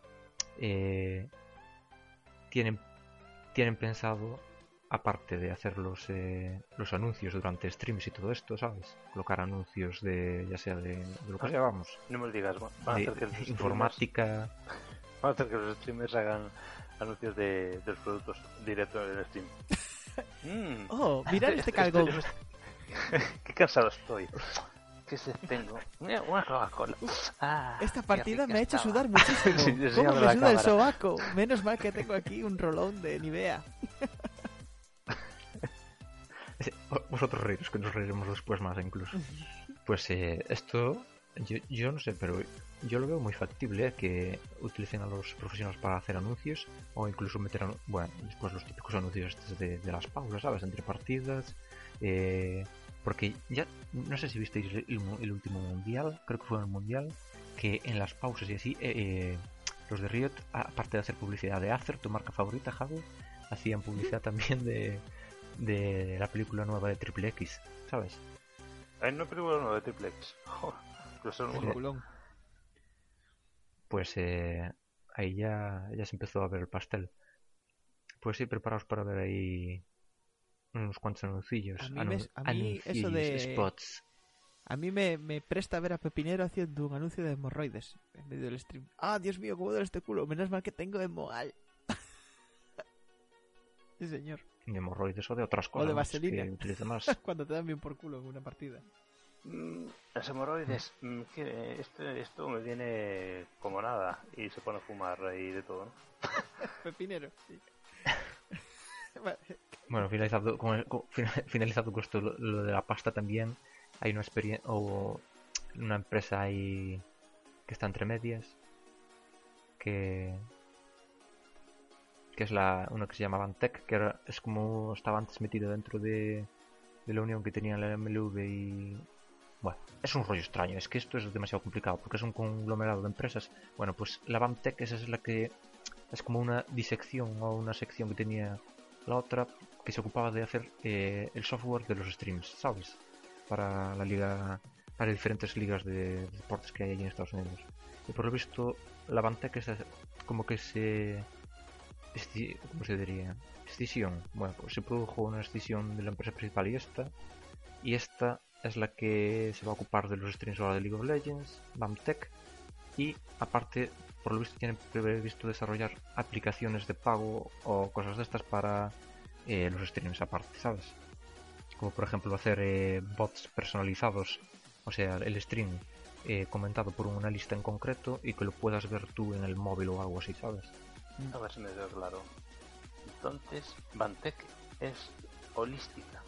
tienen pensado, aparte de hacer los anuncios durante streams y todo esto, ¿sabes? Colocar anuncios ya sea de lo que sea, vamos. No me lo digas, van a hacer que los informática. Van a hacer que los streamers hagan anuncios de los productos directos en el stream. Oh, mirad este calgón. Qué cansado estoy. ¿Qué se tengo? Una Coca-Cola. Esta partida me ha hecho sudar muchísimo. Sí, ¿Cómo me suda cámara el sobaco? Menos mal que tengo aquí un rolón de Nivea. Vosotros reiros, que nos reiremos después más incluso. Pues esto, yo no sé, pero yo lo veo muy factible, que utilicen a los profesionales para hacer anuncios o incluso meter, después los típicos anuncios estos de las pausas, ¿sabes? Entre partidas. Porque ya, no sé si visteis el último mundial, creo que fue en el mundial, que en las pausas y así, los de Riot, aparte de hacer publicidad de Acer, tu marca favorita, Javi, hacían publicidad también de la película nueva de Triple X, ¿sabes? Hay una película nueva de Triple X. Pues ahí ya se empezó a ver el pastel. Pues sí, preparaos para ver ahí unos cuantos anuncios. A mí eso de spots. A mí me presta ver a Pepinero haciendo un anuncio de hemorroides en medio del stream. ¡Ah, Dios mío, cómo duele este culo! Menos mal que tengo hemoal. Sí, señor. De hemorroides o de otras cosas. O de vaselina. Que utiliza más. Cuando te dan bien por culo en una partida. Las hemorroides, esto me viene como nada. Y se pone a fumar ahí de todo, ¿no? Pepinero, sí. Vale. Bueno, finalizado con esto, lo de la pasta también. Hay una experiencia o una empresa ahí que está entre medias, que es una que se llama Bantec, que es como estaba antes metido dentro de la unión que tenía la MLV y... Bueno, es un rollo extraño, es que esto es demasiado complicado porque es un conglomerado de empresas. Bueno, pues la Bantec esa es la que es como una disección o una sección que tenía la otra, que se ocupaba de hacer el software de los streams, ¿sabes? Para la liga, para diferentes ligas de deportes que hay allí en Estados Unidos. Y por lo visto, la Bantec es como que ¿cómo se diría? Escisión. Bueno, pues se produjo una escisión de la empresa principal y esta es la que se va a ocupar de los streams ahora de League of Legends, Bantec, y aparte, por lo visto, tienen previsto desarrollar aplicaciones de pago o cosas de estas para los streams aparte, ¿sabes? Como por ejemplo hacer bots personalizados, o sea, el stream comentado por una lista en concreto y que lo puedas ver tú en el móvil o algo así, ¿sabes? A ver si me queda claro. Entonces, Vantec es holística.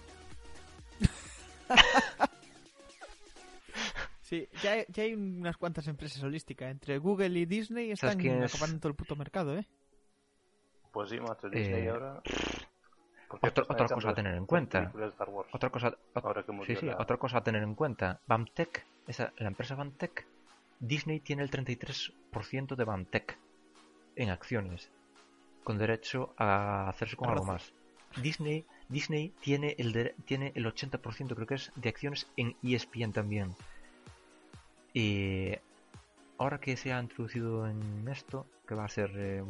Sí, ya hay unas cuantas empresas holísticas. Entre Google y Disney están acabando todo el puto mercado, ¿eh? Pues sí, macho, Disney ahora... Otra cosa a tener en cuenta. Otra cosa a tener en cuenta. BAMTech, la empresa BAMTech, Disney tiene el 33% de BAMTech en acciones, con derecho a hacerse con algo más. Disney tiene el 80%, creo que es, de acciones en ESPN también. Y ahora que se ha introducido en esto, que va a ser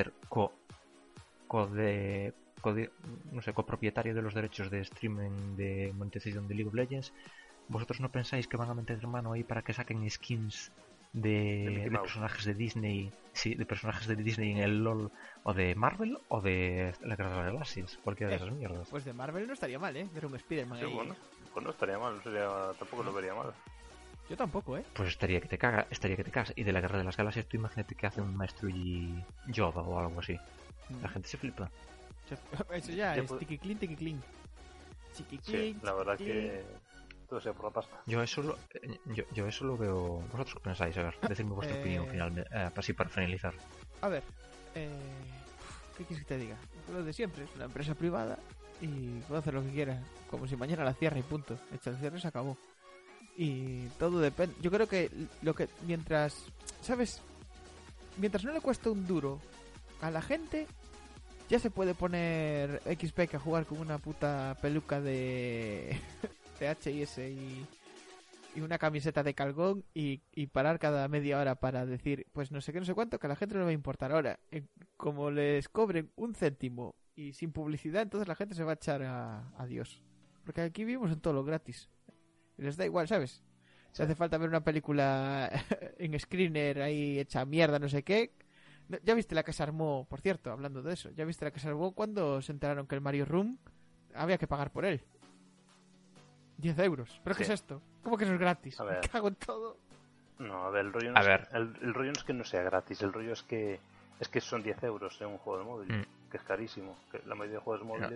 copropietario de los derechos de streaming de monetización de League of Legends, ¿vosotros no pensáis que van a meter mano ahí para que saquen skins de personajes de Disney, sí, de personajes de Disney en el LoL, o de Marvel o de la Guerra de las Galaxias, cualquiera de esas mierdas? Pues de Marvel no estaría mal, ver un Spider-Man sí, ahí. Bueno, pues no estaría mal, tampoco lo vería mal. Yo tampoco, Pues estaría que te cagas. Y de la Guerra de las Galaxias, tú imagínate que hace un maestro y Yoda o algo así. La gente se flipa. Eso ya es tiki clean. Sí, la verdad que todo sea por la pasta. Yo eso lo veo. ¿Vosotros qué pensáis? A ver, decidme vuestra opinión final, así para finalizar. A ver, ¿qué quieres que te diga? Lo de siempre, es una empresa privada y puede hacer lo que quiera, como si mañana la cierra y punto. Hecha el cierre, se acabó. Y todo depende. Yo creo que mientras, ¿sabes? Mientras no le cueste un duro a la gente, ya se puede poner XP a jugar con una puta peluca de HIS y una camiseta de Calgón y parar cada media hora para decir, pues no sé qué, no sé cuánto, que a la gente no le va a importar. Ahora, como les cobren un céntimo y sin publicidad, entonces la gente se va a echar a Dios. Porque aquí vivimos en todo lo gratis. Y les da igual, ¿sabes? Si hace falta ver una película en screener ahí hecha mierda, no sé qué. ¿Ya viste la que se armó, por cierto, hablando de eso? ¿Ya viste la que se armó cuando se enteraron que el Mario Room había que pagar por él? 10 euros. ¿Pero qué es esto? ¿Cómo que no es gratis? A ver. Me cago en todo. No, a ver, el rollo el rollo no es que no sea gratis, el rollo es que son 10 euros en un juego de móvil, que es carísimo, que la mayoría de juegos móviles...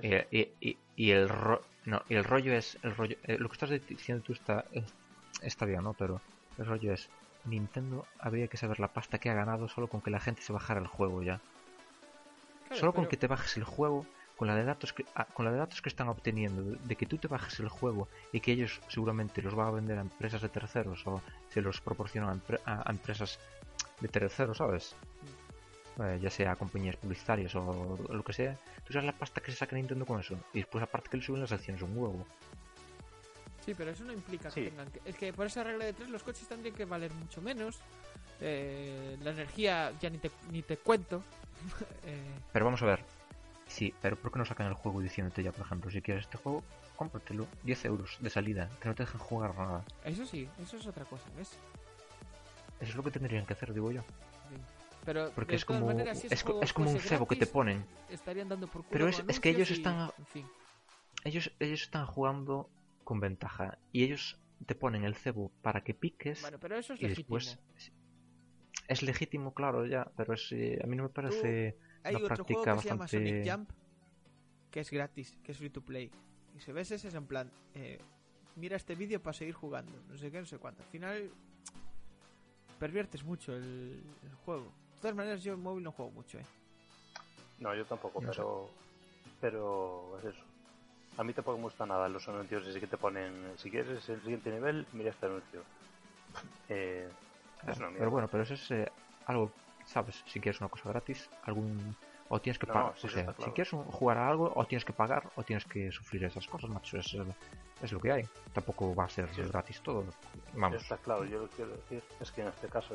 el rollo es... lo que estás diciendo tú está bien, ¿no? Pero el rollo es... Nintendo habría que saber la pasta que ha ganado solo con que la gente se bajara el juego ya. Claro, Solo con que te bajes el juego, con la de datos que están obteniendo, de que tú te bajes el juego y que ellos seguramente los van a vender a empresas de terceros o se los proporcionan a empresas de terceros, ¿sabes? Ya sea a compañías publicitarias o lo que sea. Tú sabes la pasta que se saca Nintendo con eso. Y después aparte que le suben las acciones un huevo. Sí, pero eso no implica que tengan que... Es que por esa regla de 3 los coches tendrían que valer mucho menos. La energía ya ni te cuento. Pero vamos a ver. Sí, pero ¿por qué no sacan el juego diciéndote ya, por ejemplo, si quieres este juego, cómpratelo, 10 euros de salida, que no te dejen jugar nada? Eso sí, eso es otra cosa, ¿ves? Eso es lo que tendrían que hacer, digo yo. Sí. Pero porque es como maneras, si es como un cebo que te ponen. Estarían dando por culo. Pero es que ellos están... En fin. Ellos están jugando con ventaja y ellos te ponen el cebo para que piques. Bueno, pero eso es y legítimo. Después es legítimo, claro, ya, pero a mí no me parece hay una otro práctica juego que bastante... se llama Sonic Jump, que es gratis, que es free to play. Y si ves ese es en plan, mira este vídeo para seguir jugando, no sé qué, no sé cuánto. Al final perviertes mucho el juego. De todas maneras, yo en móvil no juego mucho, No, yo tampoco, no pero es eso. A mí tampoco me gusta nada los anuncios así que te ponen, si quieres el siguiente nivel, mira este anuncio. Es una mierda. Pero bueno, pero eso es algo, ¿sabes? Si quieres una cosa gratis, o tienes que pagar. Sí, o sea, claro. si quieres jugar a algo, o tienes que pagar, o tienes que sufrir esas cosas, macho. Es lo que hay. Tampoco va a ser gratis todo. Vamos. Está claro, yo lo que quiero decir es que en este caso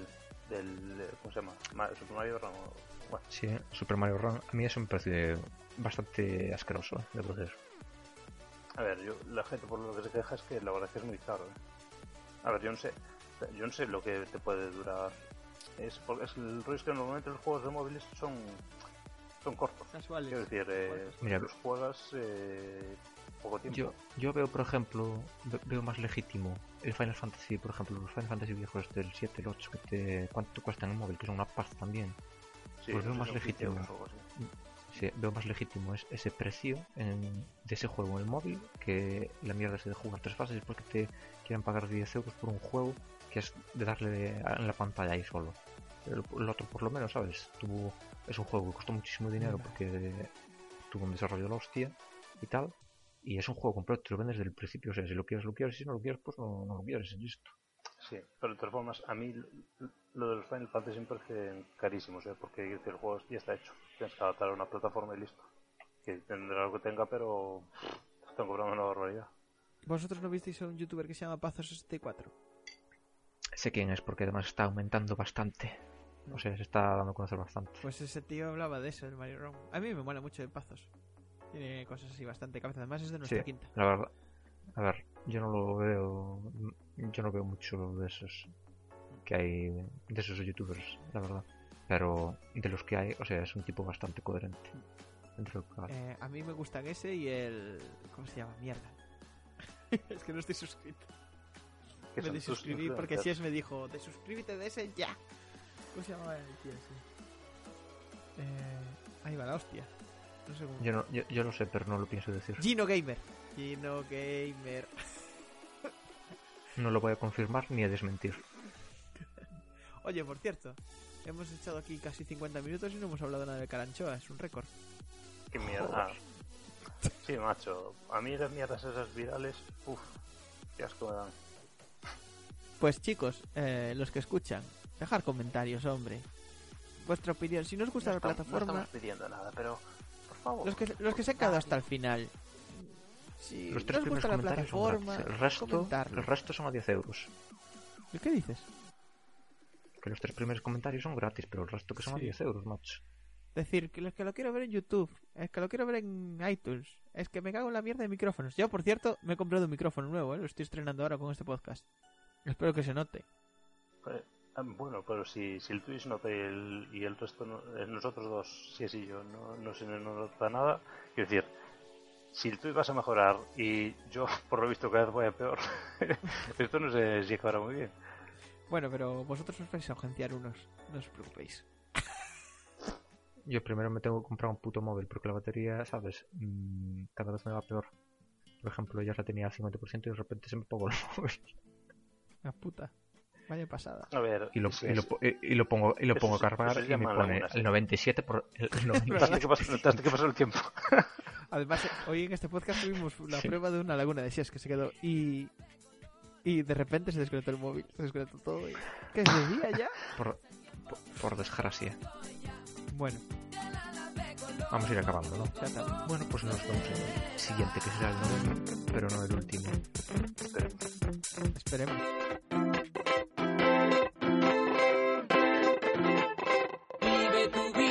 ¿cómo se llama? Super Mario Run. Bueno. Sí, Super Mario Run. A mí eso me parece bastante asqueroso de proceso. A ver, la gente por lo que se queja es que la verdad es que es muy caro. A ver, yo no sé lo que te puede durar. Es el rollo es que normalmente los juegos de móviles son cortos. Casuales. Quiero decir, Mira, los juegas poco tiempo. Yo veo, por ejemplo, veo más legítimo el Final Fantasy, por ejemplo, los Final Fantasy viejos del 7, el 8, ¿cuánto cuestan en el móvil? Que son una pasta también. Sí, pues veo más legítimo. Sí, veo más legítimo ese precio de ese juego en el móvil que la mierda de jugar 3 fases y después que te quieran pagar 10 euros por un juego que es de darle en la pantalla ahí solo. El otro por lo menos, ¿sabes? Es un juego que costó muchísimo dinero porque tuvo un desarrollo de la hostia y tal. Y es un juego completo, te lo vendes desde el principio. O sea, si lo quieres, y si no lo quieres, pues no lo quieres, es listo. Sí, pero de todas formas, a mí lo de los Final Fantasy me parecen carísimos, porque el juego ya está hecho. Tienes que adaptar a una plataforma y listo. Que tendrá lo que tenga, pero están cobrando una barbaridad. ¿Vosotros no visteis a un youtuber que se llama Pazo64? Sé quién es, porque además está aumentando bastante. O sea, se está dando a conocer bastante. Pues ese tío hablaba de eso, del Mario Run. A mí me mola mucho de Pazos. Tiene cosas así bastante cabeza. Además es de nuestra quinta. La verdad. A ver, yo no veo mucho de esos que hay, de esos youtubers, la verdad. Pero de los que hay, o sea, es un tipo bastante coherente. A mí me gustan ese y el... ¿Cómo se llama? Mierda. Es que no estoy suscrito. Me desuscribí porque si es me dijo, desuscríbete de ese ya. ¿Cómo se llamaba el tío ese? Ahí va la hostia. No sé cómo. Yo lo sé, pero no lo pienso decir. Gino Gamer. Gino Gamer. No lo voy a confirmar ni a desmentir. Oye, por cierto, hemos echado aquí casi 50 minutos y no hemos hablado nada de Caranchoa. Es un récord. Qué mierda. Sí, macho. A mí las mierdas esas virales, qué asco me dan. Pues chicos, los que escuchan, dejar comentarios, hombre. Vuestra opinión. Si no os gusta la plataforma... No estamos pidiendo nada, pero por favor. Los que se han quedado hasta el final. Si los 3 no os gusta la plataforma, el resto son a 10 euros. ¿Y qué dices? Que los 3 primeros comentarios son gratis, pero el resto que son a 10 euros, macho. Decir, que lo quiero ver en YouTube, es que lo quiero ver en iTunes, es que me cago en la mierda de micrófonos. Yo, por cierto, me he comprado un micrófono nuevo, lo estoy estrenando ahora con este podcast. Espero que se note. Bueno, pero si el Twitch nota y el resto, nosotros dos, si es y yo, no se nota nada. Quiero decir, si el Twitch vas a mejorar y yo, por lo visto, cada vez voy a peor, esto no sé si acabará muy bien. Bueno, pero vosotros os vais a agenciar unos, no os preocupéis. Yo primero me tengo que comprar un puto móvil porque la batería, ¿sabes? Cada vez me va peor. Por ejemplo, ya la tenía al 50% y de repente se me apagó el móvil. La puta. Vaya pasada. A ver, y lo pongo a cargar y me pone el 97 por el 97. Notaste que pasó el tiempo. Además, hoy en este podcast tuvimos la prueba de una laguna de Sies que se quedó y de repente se desconectó el móvil, se desconectó todo. ¿Qué es de día ya? Por desgracia. Bueno. Vamos a ir acabando, ¿no? Ya está. Bueno, pues nos vemos en el siguiente, que será el noveno, pero no el último. Esperemos. Vive tu vida.